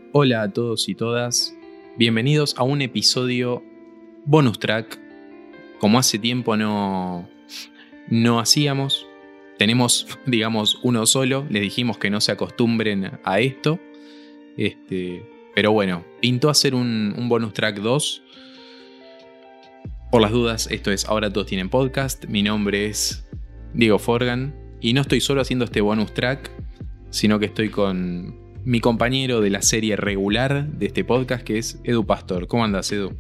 Hola a todos y todas, bienvenidos a un episodio bonus track, como hace tiempo no hacíamos. Tenemos, digamos, uno solo, les dijimos que no se acostumbren a esto, pero bueno, pintó hacer un bonus track 2. Por las dudas, esto es Ahora Todos Tienen Podcast, mi nombre es Diego Forgan y no estoy solo haciendo este bonus track, sino que estoy con mi compañero de la serie regular de este podcast, que es Edu Pastor. ¿Cómo andas, Edu?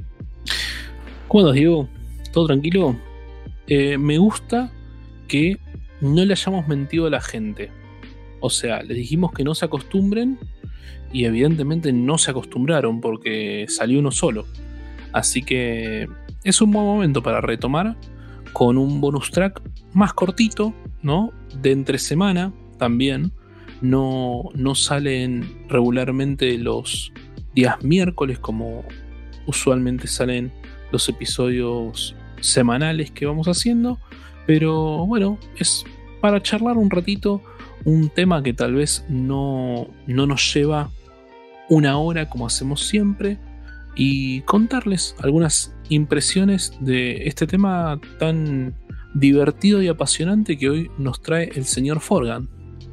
¿Cómo andas, Diego? ¿Todo tranquilo? Me gusta que no le hayamos mentido a la gente. O sea, les dijimos que no se acostumbren y evidentemente no se acostumbraron porque salió uno solo. Así que es un buen momento para retomar con un bonus track más cortito, ¿no? De entre semana también. No salen regularmente los días miércoles como usualmente salen los episodios semanales que vamos haciendo, pero bueno, es para charlar un ratito un tema que tal vez no nos lleva una hora como hacemos siempre y contarles algunas impresiones de este tema tan divertido y apasionante que hoy nos trae el señor Forgan.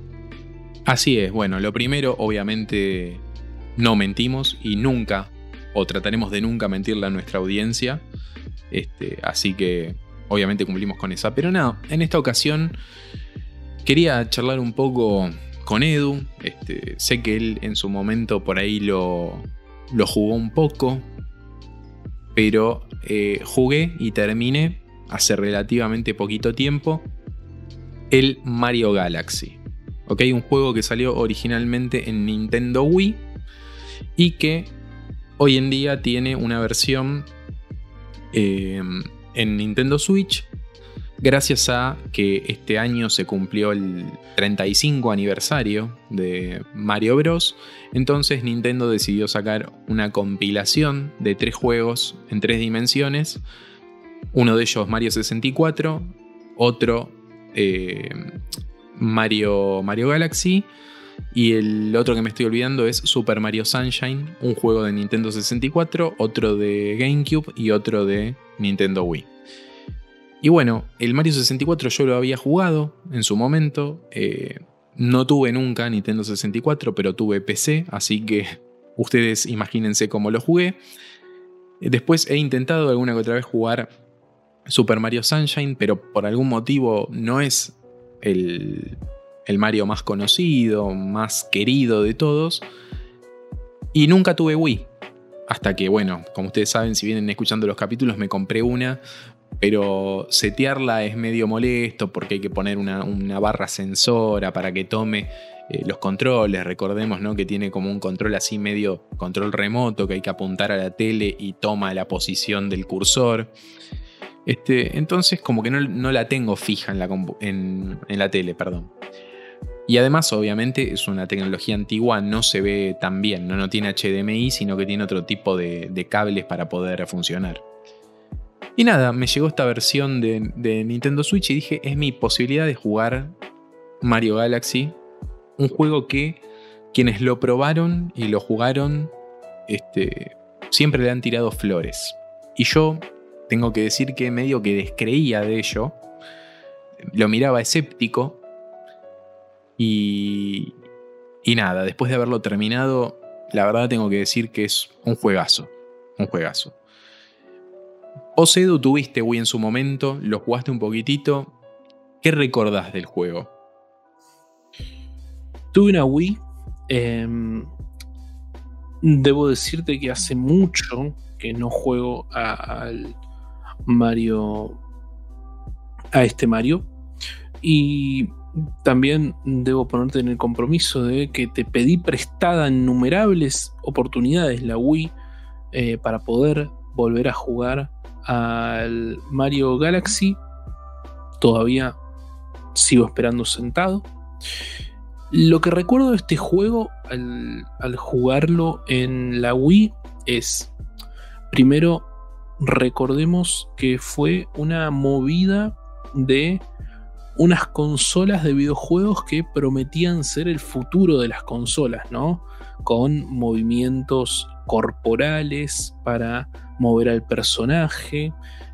Así es, bueno, lo primero, obviamente, no mentimos y nunca, o trataremos de nunca mentirle a nuestra audiencia, así que obviamente cumplimos con esa. Pero nada, en esta ocasión quería charlar un poco con Edu. Sé que él en su momento por ahí lo jugó un poco, pero jugué y terminé hace relativamente poquito tiempo el Mario Galaxy. Okay, un juego que salió originalmente en Nintendo Wii y que hoy en día tiene una versión en Nintendo Switch, gracias a que este año se cumplió el 35 aniversario de Mario Bros. Entonces Nintendo decidió sacar una compilación de 3 juegos en 3 dimensiones. Uno de ellos Mario 64, otro Mario Galaxy y el otro que me estoy olvidando es Super Mario Sunshine, un juego de Nintendo 64, otro de GameCube y otro de Nintendo Wii. Y bueno, el Mario 64 yo lo había jugado en su momento, no tuve nunca Nintendo 64, pero tuve PC, así que ustedes imagínense cómo lo jugué. Después he intentado alguna que otra vez jugar Super Mario Sunshine, pero por algún motivo no es el Mario más conocido, más querido de todos. Y nunca tuve Wii. Hasta que, bueno, como ustedes saben, si vienen escuchando los capítulos, me compré una. Pero setearla es medio molesto porque hay que poner una barra sensora para que tome los controles. Recordemos, ¿no?, que tiene como un control así medio control remoto que hay que apuntar a la tele y toma la posición del cursor. Entonces como que no la tengo fija en la tele, perdón. Y además obviamente es una tecnología antigua, no se ve tan bien, no tiene HDMI, sino que tiene otro tipo de cables para poder funcionar. Y nada, me llegó esta versión de Nintendo Switch y dije, es mi posibilidad de jugar Mario Galaxy, un juego que quienes lo probaron y lo jugaron siempre le han tirado flores. Y yo tengo que decir que medio que descreía de ello, lo miraba escéptico y nada, después de haberlo terminado, la verdad tengo que decir que es un juegazo. Vos, Edu, tuviste Wii en su momento, lo jugaste un poquitito, ¿qué recordás del juego? Tuve una Wii, debo decirte que hace mucho que no juego al Mario, a este Mario, y también debo ponerte en el compromiso de que te pedí prestada en innumerables oportunidades la Wii para poder volver a jugar al Mario Galaxy. Todavía sigo esperando sentado. Lo que recuerdo de este juego al jugarlo en la Wii es, primero, recordemos que fue una movida de unas consolas de videojuegos que prometían ser el futuro de las consolas, ¿no? Con movimientos corporales para mover al personaje,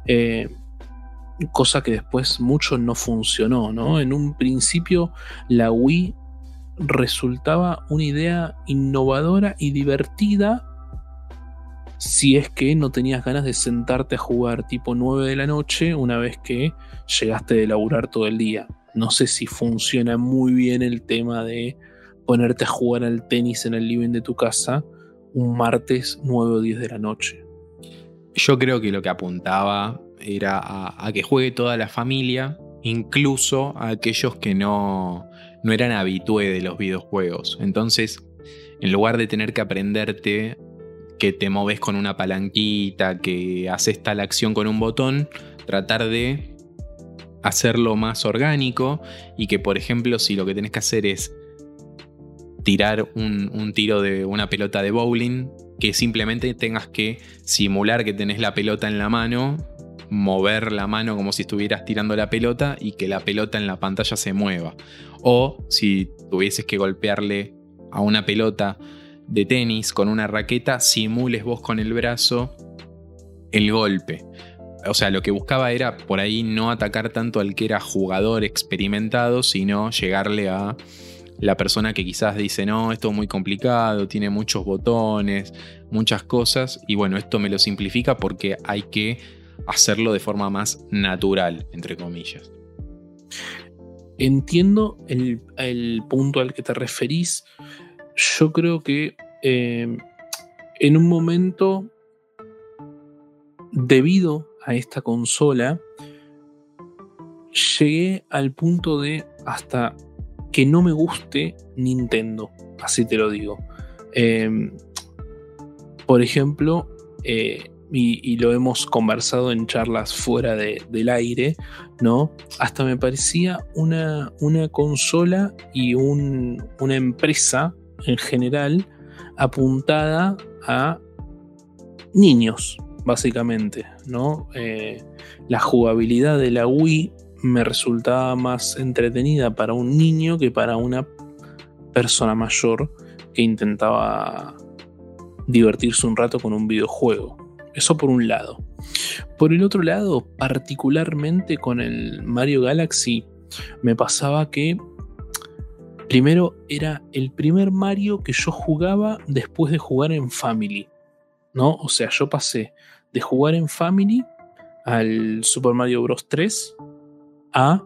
cosa que después mucho no funcionó, ¿no? En un principio la Wii resultaba una idea innovadora y divertida si es que no tenías ganas de sentarte a jugar tipo 9 de la noche una vez que llegaste de laburar todo el día. No sé si funciona muy bien el tema de ponerte a jugar al tenis en el living de tu casa un martes 9 o 10 de la noche. Yo creo que lo que apuntaba era a que juegue toda la familia, incluso a aquellos que no eran habitué de los videojuegos. Entonces, en lugar de tener que aprenderte que te moves con una palanquita, que haces tal acción con un botón, tratar de hacerlo más orgánico y que, por ejemplo, si lo que tenés que hacer es tirar un tiro de una pelota de bowling, que simplemente tengas que simular que tenés la pelota en la mano, mover la mano como si estuvieras tirando la pelota y que la pelota en la pantalla se mueva. O si tuvieses que golpearle a una pelota de tenis con una raqueta, simules vos con el brazo el golpe. O sea, lo que buscaba era por ahí no atacar tanto al que era jugador experimentado, sino llegarle a la persona que quizás dice, no, esto es muy complicado, tiene muchos botones, muchas cosas, y bueno, esto me lo simplifica porque hay que hacerlo de forma más natural, entre comillas. Entiendo el punto al que te referís. Yo creo que en un momento, debido a esta consola, llegué al punto de hasta que no me guste Nintendo, así te lo digo. Por ejemplo, y lo hemos conversado en charlas fuera del aire, ¿no? Hasta me parecía una consola y una empresa en general apuntada a niños, básicamente, ¿no? La jugabilidad de la Wii me resultaba más entretenida para un niño que para una persona mayor que intentaba divertirse un rato con un videojuego. Eso por un lado. Por el otro lado, particularmente con el Mario Galaxy, me pasaba que primero era el primer Mario que yo jugaba después de jugar en Family, ¿no? O sea, yo pasé de jugar en Family al Super Mario Bros. 3 a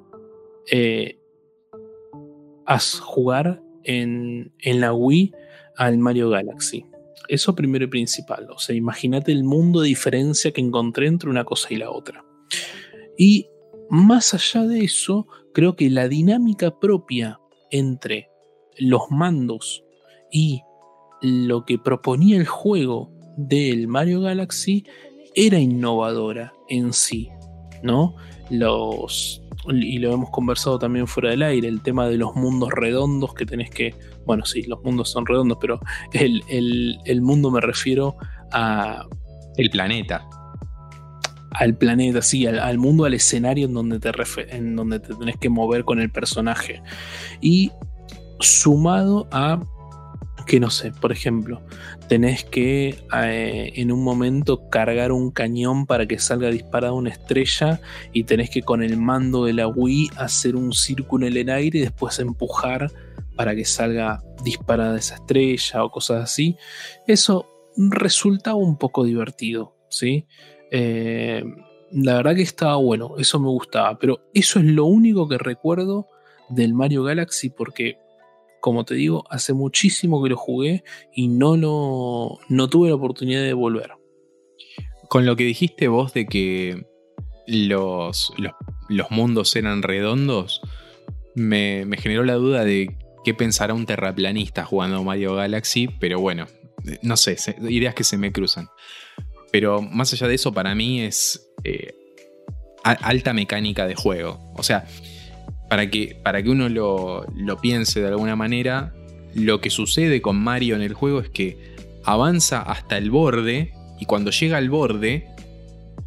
jugar en la Wii al Mario Galaxy. Eso primero y principal. O sea, imagínate el mundo de diferencia que encontré entre una cosa y la otra. Y más allá de eso, creo que la dinámica propia entre los mandos y lo que proponía el juego del Mario Galaxy era innovadora en sí, ¿no? Y lo hemos conversado también fuera del aire, el tema de los mundos redondos que tenés que... Bueno, sí, los mundos son redondos, pero el mundo me refiero a... El planeta. Al planeta, sí, al mundo, al escenario en donde te tenés que mover con el personaje. Y sumado a que, no sé, por ejemplo, tenés que en un momento cargar un cañón para que salga disparada una estrella y tenés que con el mando de la Wii hacer un círculo en el aire y después empujar para que salga disparada esa estrella o cosas así. Eso resultaba un poco divertido, ¿sí? La verdad que estaba bueno, eso me gustaba, pero eso es lo único que recuerdo del Mario Galaxy porque, como te digo, hace muchísimo que lo jugué y no tuve la oportunidad de volver. Con lo que dijiste vos de que los mundos eran redondos, me generó la duda de qué pensará un terraplanista jugando Mario Galaxy, pero bueno, no sé, ideas que se me cruzan. Pero más allá de eso, para mí es alta mecánica de juego. O sea, para que uno lo piense de alguna manera, lo que sucede con Mario en el juego es que avanza hasta el borde y cuando llega al borde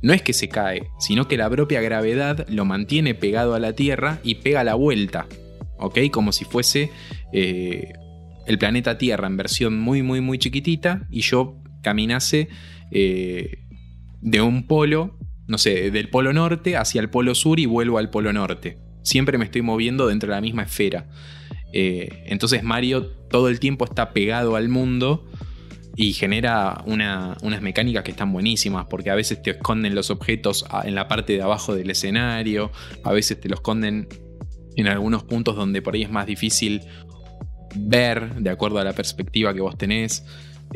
no es que se cae, sino que la propia gravedad lo mantiene pegado a la Tierra y pega la vuelta, ¿ok? Como si fuese el planeta Tierra en versión muy, muy, muy chiquitita y yo caminase de un polo, no sé, del polo norte hacia el polo sur y vuelvo al polo norte. Siempre me estoy moviendo dentro de la misma esfera. Entonces Mario todo el tiempo está pegado al mundo y genera unas mecánicas que están buenísimas, porque a veces te esconden los objetos en la parte de abajo del escenario, a veces te los esconden en algunos puntos donde por ahí es más difícil ver de acuerdo a la perspectiva que vos tenés.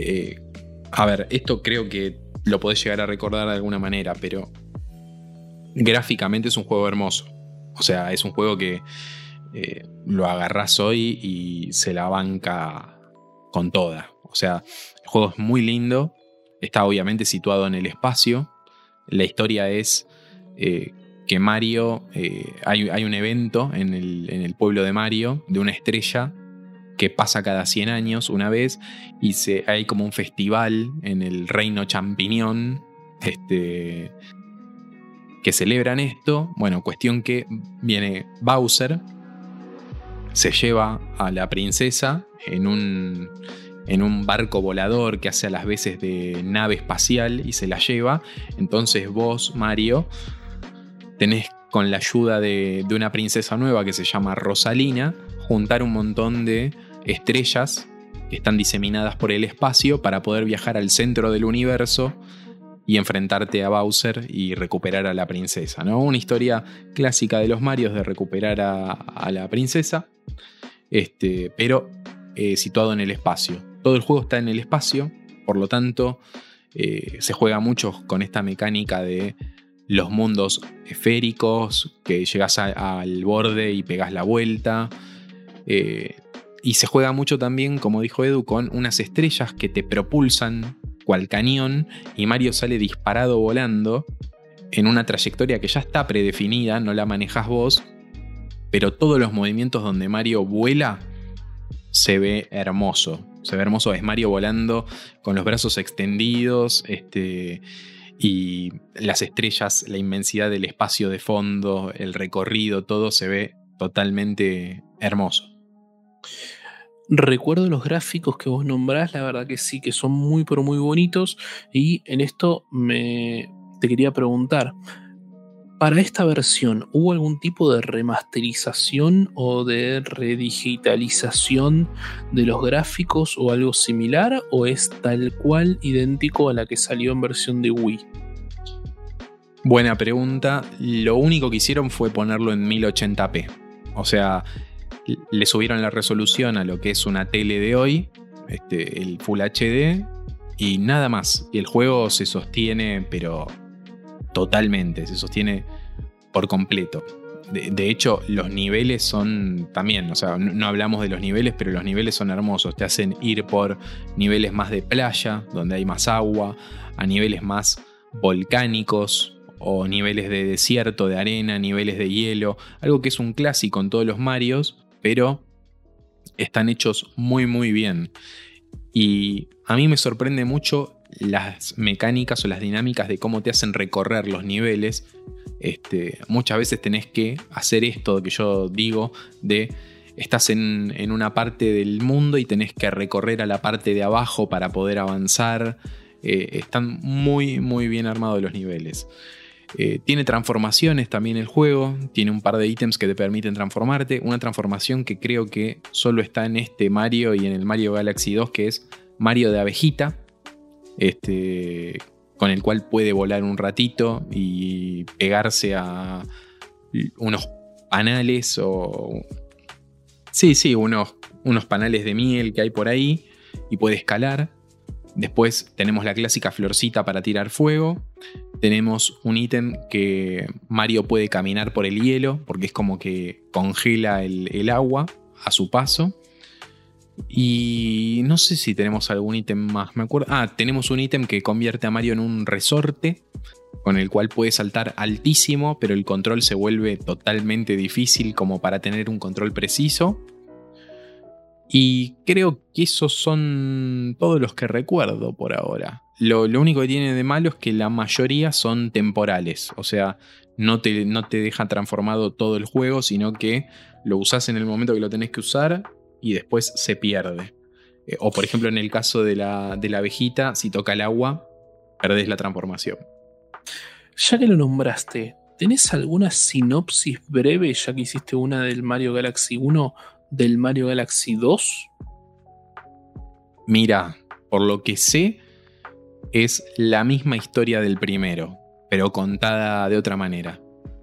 A ver, esto creo que lo podés llegar a recordar de alguna manera, pero gráficamente es un juego hermoso. O sea, es un juego que lo agarrás hoy y se la banca con toda. O sea, el juego es muy lindo. Está obviamente situado en el espacio. La historia es que Mario... hay un evento en el pueblo de Mario de una estrella que pasa cada 100 años una vez y hay como un festival en el reino champiñón que celebran esto. Bueno, cuestión que viene Bowser, se lleva a la princesa en un barco volador que hace a las veces de nave espacial y se la lleva. Entonces vos, Mario, tenés, con la ayuda de una princesa nueva que se llama Rosalina, juntar un montón de estrellas que están diseminadas por el espacio para poder viajar al centro del universo y enfrentarte a Bowser y recuperar a la princesa, ¿no? Una historia clásica de los Marios de recuperar a la princesa, pero situado en el espacio. Todo el juego está en el espacio, por lo tanto se juega mucho con esta mecánica de los mundos esféricos, que llegas al borde y pegas la vuelta. Y se juega mucho también, como dijo Edu, con unas estrellas que te propulsan cual cañón y Mario sale disparado volando en una trayectoria que ya está predefinida, no la manejas vos, pero todos los movimientos donde Mario vuela se ve hermoso. Se ve hermoso, es Mario volando con los brazos extendidos, y las estrellas, la inmensidad del espacio de fondo, el recorrido, todo se ve totalmente hermoso. Recuerdo los gráficos que vos nombrás, la verdad que sí, que son muy pero muy bonitos. Y en esto te quería preguntar, ¿para esta versión hubo algún tipo de remasterización o de redigitalización de los gráficos o algo similar? ¿O es tal cual idéntico a la que salió en versión de Wii? Buena pregunta. Lo único que hicieron fue ponerlo en 1080p. O sea, le subieron la resolución a lo que es una tele de hoy, el Full HD, y nada más. Y el juego se sostiene, pero totalmente, se sostiene por completo. De hecho, los niveles son también, o sea, no hablamos de los niveles, pero los niveles son hermosos. Te hacen ir por niveles más de playa, donde hay más agua, a niveles más volcánicos, o niveles de desierto, de arena, niveles de hielo, algo que es un clásico en todos los Marios, pero están hechos muy muy bien. Y a mí me sorprende mucho las mecánicas o las dinámicas de cómo te hacen recorrer los niveles. Muchas veces tenés que hacer esto que yo digo de estás en una parte del mundo y tenés que recorrer a la parte de abajo para poder avanzar. Están muy muy bien armados los niveles. Tiene transformaciones también el juego, tiene un par de ítems que te permiten transformarte. Una transformación que creo que solo está en este Mario y en el Mario Galaxy 2, que es Mario de abejita, con el cual puede volar un ratito y pegarse a unos panales o... Sí, unos panales de miel que hay por ahí y puede escalar. Después tenemos la clásica florcita para tirar fuego. Tenemos un ítem que Mario puede caminar por el hielo, porque es como que congela el agua a su paso. Y no sé si tenemos algún ítem más, me acuerdo. Tenemos un ítem que convierte a Mario en un resorte, con el cual puede saltar altísimo, pero el control se vuelve totalmente difícil como para tener un control preciso. Y creo que esos son todos los que recuerdo por ahora. Lo único que tiene de malo es que la mayoría son temporales. O sea, no te deja transformado todo el juego, sino que lo usás en el momento que lo tenés que usar y después se pierde. O por ejemplo, en el caso de la abejita, si toca el agua, perdés la transformación. Ya que lo nombraste, ¿tenés alguna sinopsis breve, ya que hiciste una del Mario Galaxy 1, del Mario Galaxy 2? Mira, por lo que sé, es la misma historia del primero, pero contada de otra manera.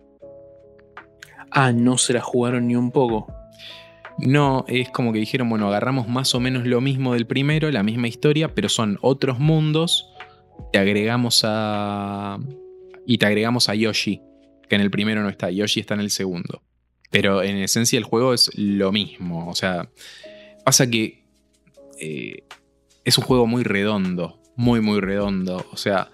Ah, no se la jugaron ni un poco. No, es como que dijeron, bueno, agarramos más o menos lo mismo del primero, la misma historia, pero son otros mundos. Te agregamos a Yoshi, que en el primero no está. Yoshi está en el segundo. Pero en esencia el juego es lo mismo. O sea, pasa que es un juego muy redondo. Muy, muy redondo. O sea,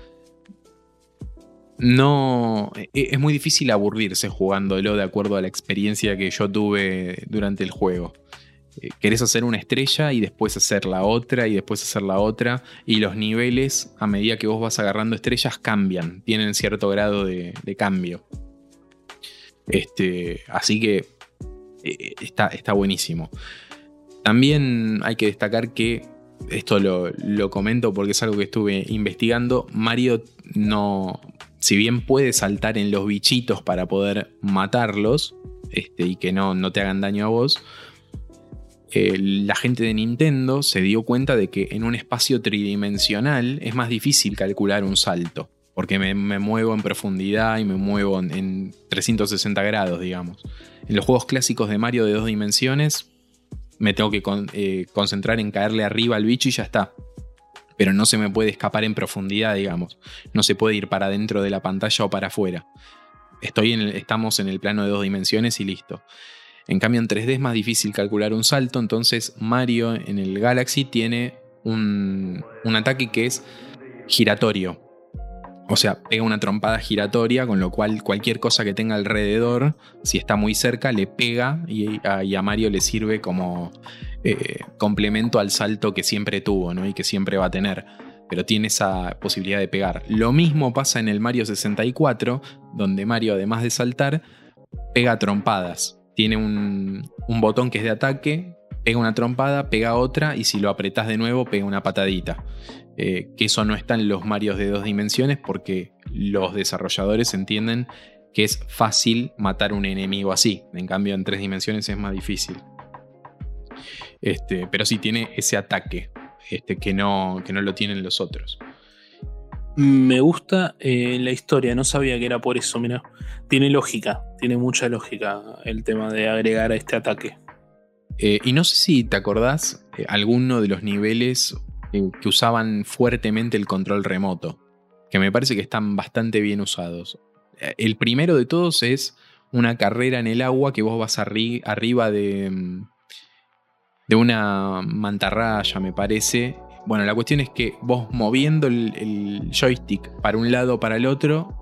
no. Es muy difícil aburrirse jugándolo de acuerdo a la experiencia que yo tuve durante el juego. Querés hacer una estrella y después hacer la otra y después hacer la otra. Y los niveles, a medida que vos vas agarrando estrellas, cambian. Tienen cierto grado de cambio. Así que está buenísimo. También hay que destacar que, esto lo comento porque es algo que estuve investigando, Mario no, si bien puede saltar en los bichitos para poder matarlos y que no te hagan daño a vos, la gente de Nintendo se dio cuenta de que en un espacio tridimensional es más difícil calcular un salto. Porque me muevo en profundidad y me muevo en 360 grados, digamos. En los juegos clásicos de Mario de 2 dimensiones me tengo que concentrar en caerle arriba al bicho y ya está. Pero no se me puede escapar en profundidad, digamos. No se puede ir para dentro de la pantalla o para afuera. Estamos en el plano de 2 dimensiones y listo. En cambio en 3D es más difícil calcular un salto. Entonces Mario en el Galaxy tiene un ataque que es giratorio. O sea, pega una trompada giratoria, con lo cual cualquier cosa que tenga alrededor, si está muy cerca, le pega y a Mario le sirve como complemento al salto que siempre tuvo, ¿no? Y que siempre va a tener. Pero tiene esa posibilidad de pegar. Lo mismo pasa en el Mario 64, donde Mario, además de saltar, pega trompadas. Tiene un botón que es de ataque, pega una trompada, pega otra y si lo apretás de nuevo, pega una patadita. Que eso no está en los Marios de 2 dimensiones porque los desarrolladores entienden que es fácil matar un enemigo así. En cambio en 3 dimensiones es más difícil. Pero sí tiene ese ataque que no lo tienen los otros. Me gusta la historia, no sabía que era por eso, mira. Tiene lógica, tiene mucha lógica el tema de agregar a este ataque. Y no sé si te acordás alguno de los niveles que usaban fuertemente el control remoto, que me parece que están bastante bien usados. El primero de todos es una carrera en el agua que vos vas arriba de una mantarraya, me parece. Bueno, la cuestión es que vos moviendo el joystick para un lado o para el otro,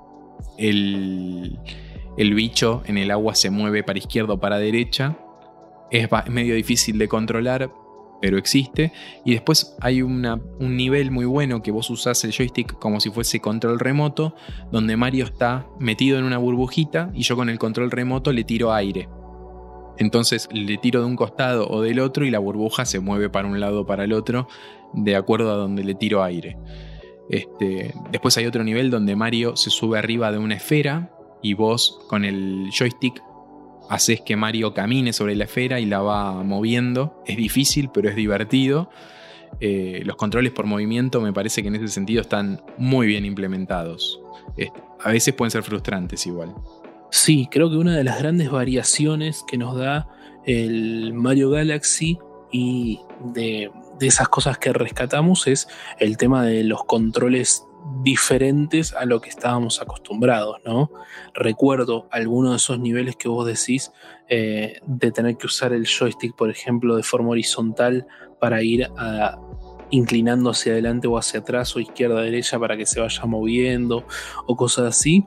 el bicho en el agua se mueve para izquierda o para derecha. Es medio difícil de controlar, pero existe. Y después hay un nivel muy bueno que vos usás el joystick como si fuese control remoto, donde Mario está metido en una burbujita y yo con el control remoto le tiro aire. Entonces le tiro de un costado o del otro y la burbuja se mueve para un lado o para el otro de acuerdo a donde le tiro aire. Después hay otro nivel donde Mario se sube arriba de una esfera y vos con el joystick haces que Mario camine sobre la esfera y la va moviendo. Es difícil, pero es divertido. Los controles por movimiento me parece que en ese sentido están muy bien implementados. A veces pueden ser frustrantes igual. Sí, creo que una de las grandes variaciones que nos da el Mario Galaxy y de esas cosas que rescatamos es el tema de los controles diferentes a lo que estábamos acostumbrados, ¿no? Recuerdo algunos de esos niveles que vos decís de tener que usar el joystick, por ejemplo, de forma horizontal para ir inclinando hacia adelante o hacia atrás o izquierda a derecha para que se vaya moviendo o cosas así.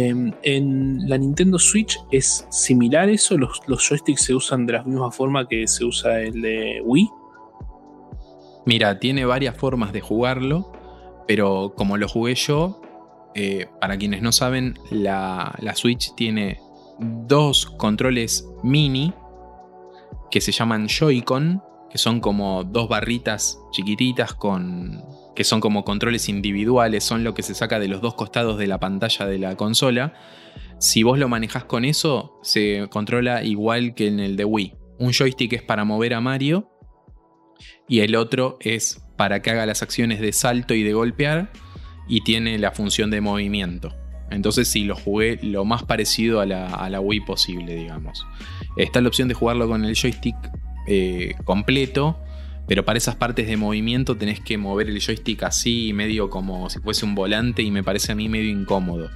En la Nintendo Switch es similar eso, los joysticks se usan de la misma forma que se usa el de Wii. Mira, tiene varias formas de jugarlo. pero como lo jugué yo, para quienes no saben, la Switch tiene 2 controles mini que se llaman Joy-Con, que son como 2 barritas chiquititas que son como controles individuales, son lo que se saca de los 2 costados de la pantalla de la consola. Si vos lo manejás con eso, se controla igual que en el de Wii. Un joystick es para mover a Mario y el otro es para que haga las acciones de salto y de golpear, y tiene la función de movimiento. Entonces sí, lo jugué lo más parecido a la Wii posible, digamos. Está la opción de jugarlo con el joystick completo, pero para esas partes de movimiento tenés que mover el joystick así, medio como si fuese un volante, y me parece a mí medio incómodo.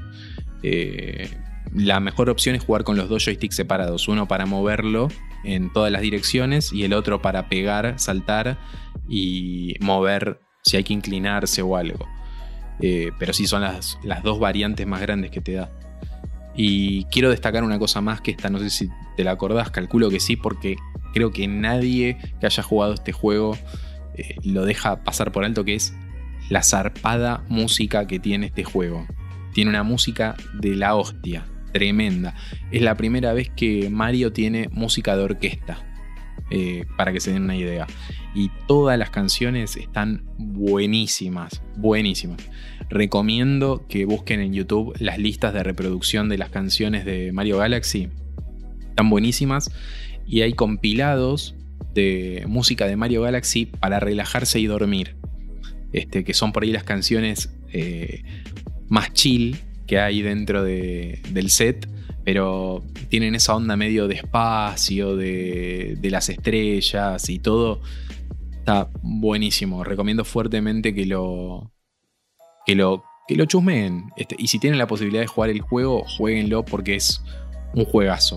La mejor opción es jugar con los 2 joysticks separados, uno para moverlo en todas las direcciones y el otro para pegar, saltar y mover si hay que inclinarse o algo. Pero sí, son las 2 variantes más grandes que te da. Y quiero destacar una cosa más, que esta no sé si te la acordás, calculo que sí, porque creo que nadie que haya jugado este juego lo deja pasar por alto, que es la zarpada música que tiene este juego. Tiene una música de la hostia, tremenda. Es la primera vez que Mario tiene música de orquesta, para que se den una idea. Y todas las canciones están buenísimas, buenísimas. Recomiendo que busquen en YouTube las listas de reproducción de las canciones de Mario Galaxy. Están buenísimas. Y hay compilados de música de Mario Galaxy para relajarse y dormir. Que son por ahí las canciones más chill que hay dentro del set, pero tienen esa onda medio de espacio, de las estrellas y todo. Está buenísimo. Recomiendo fuertemente que lo chusmeen. Y si tienen la posibilidad de jugar el juego, jueguenlo, porque es un juegazo.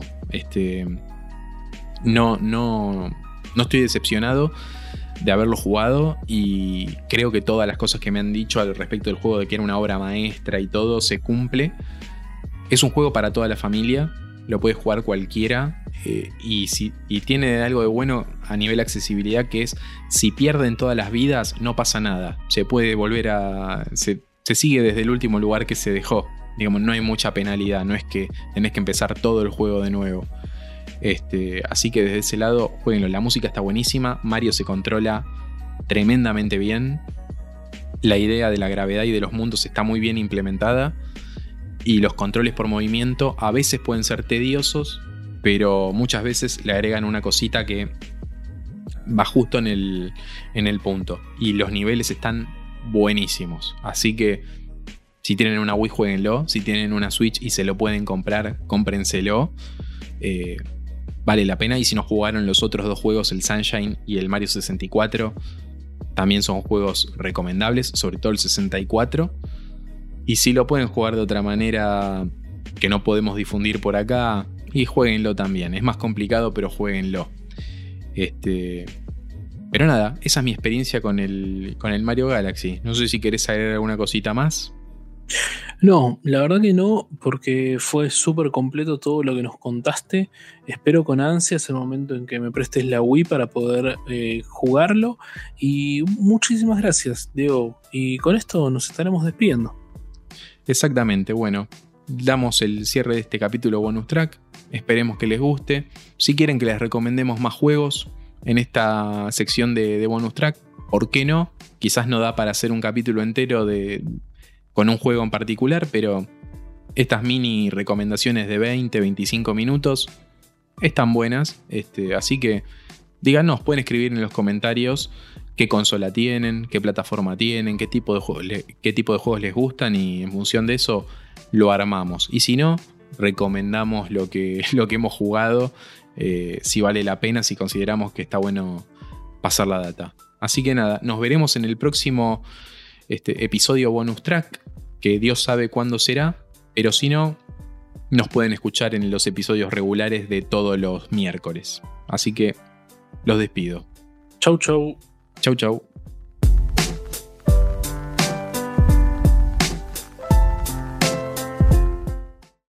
No estoy decepcionado de haberlo jugado, y creo que todas las cosas que me han dicho al respecto del juego, de que era una obra maestra y todo, se cumple. Es un juego para toda la familia, lo puede jugar cualquiera, y tiene algo de bueno a nivel accesibilidad, que es, si pierden todas las vidas no pasa nada, se puede volver se sigue desde el último lugar que se dejó, digamos, no hay mucha penalidad, no es que tenés que empezar todo el juego de nuevo. Así que desde ese lado, jueguenlo. La música está buenísima, Mario se controla tremendamente bien, la idea de la gravedad y de los mundos está muy bien implementada, y los controles por movimiento a veces pueden ser tediosos, pero muchas veces le agregan una cosita que va justo en el punto, y los niveles están buenísimos. Así que si tienen una Wii, jueguenlo. Si tienen una Switch y se lo pueden comprar, cómprenselo. Vale la pena. Y si no jugaron los otros 2 juegos, el Sunshine y el Mario 64, también son juegos recomendables, sobre todo el 64. Y si lo pueden jugar de otra manera que no podemos difundir por acá, y jueguenlo también. Es más complicado, pero jueguenlo. Pero nada, esa es mi experiencia con el Mario Galaxy. No sé si querés agregar alguna cosita más. No, la verdad que no, porque fue súper completo todo lo que nos contaste. Espero con ansias el momento en que me prestes la Wii para poder jugarlo. Y muchísimas gracias, Diego. Y con esto nos estaremos despidiendo. Exactamente, bueno, damos el cierre de este capítulo bonus track. Esperemos que les guste. Si quieren que les recomendemos más juegos en esta sección de bonus track, ¿por qué no? Quizás no da para hacer un capítulo entero con un juego en particular, pero estas mini recomendaciones de 20-25 minutos están buenas. Así que díganos, pueden escribir en los comentarios qué consola tienen, qué plataforma tienen, qué tipo de juegos les gustan, y en función de eso lo armamos. Y si no, recomendamos lo que hemos jugado, si vale la pena, si consideramos que está bueno pasar la data. Así que nada, nos veremos en el próximo episodio bonus track, que Dios sabe cuándo será, pero si no, nos pueden escuchar en los episodios regulares de todos los miércoles. Así que los despido. Chau, chau. Chau, chau.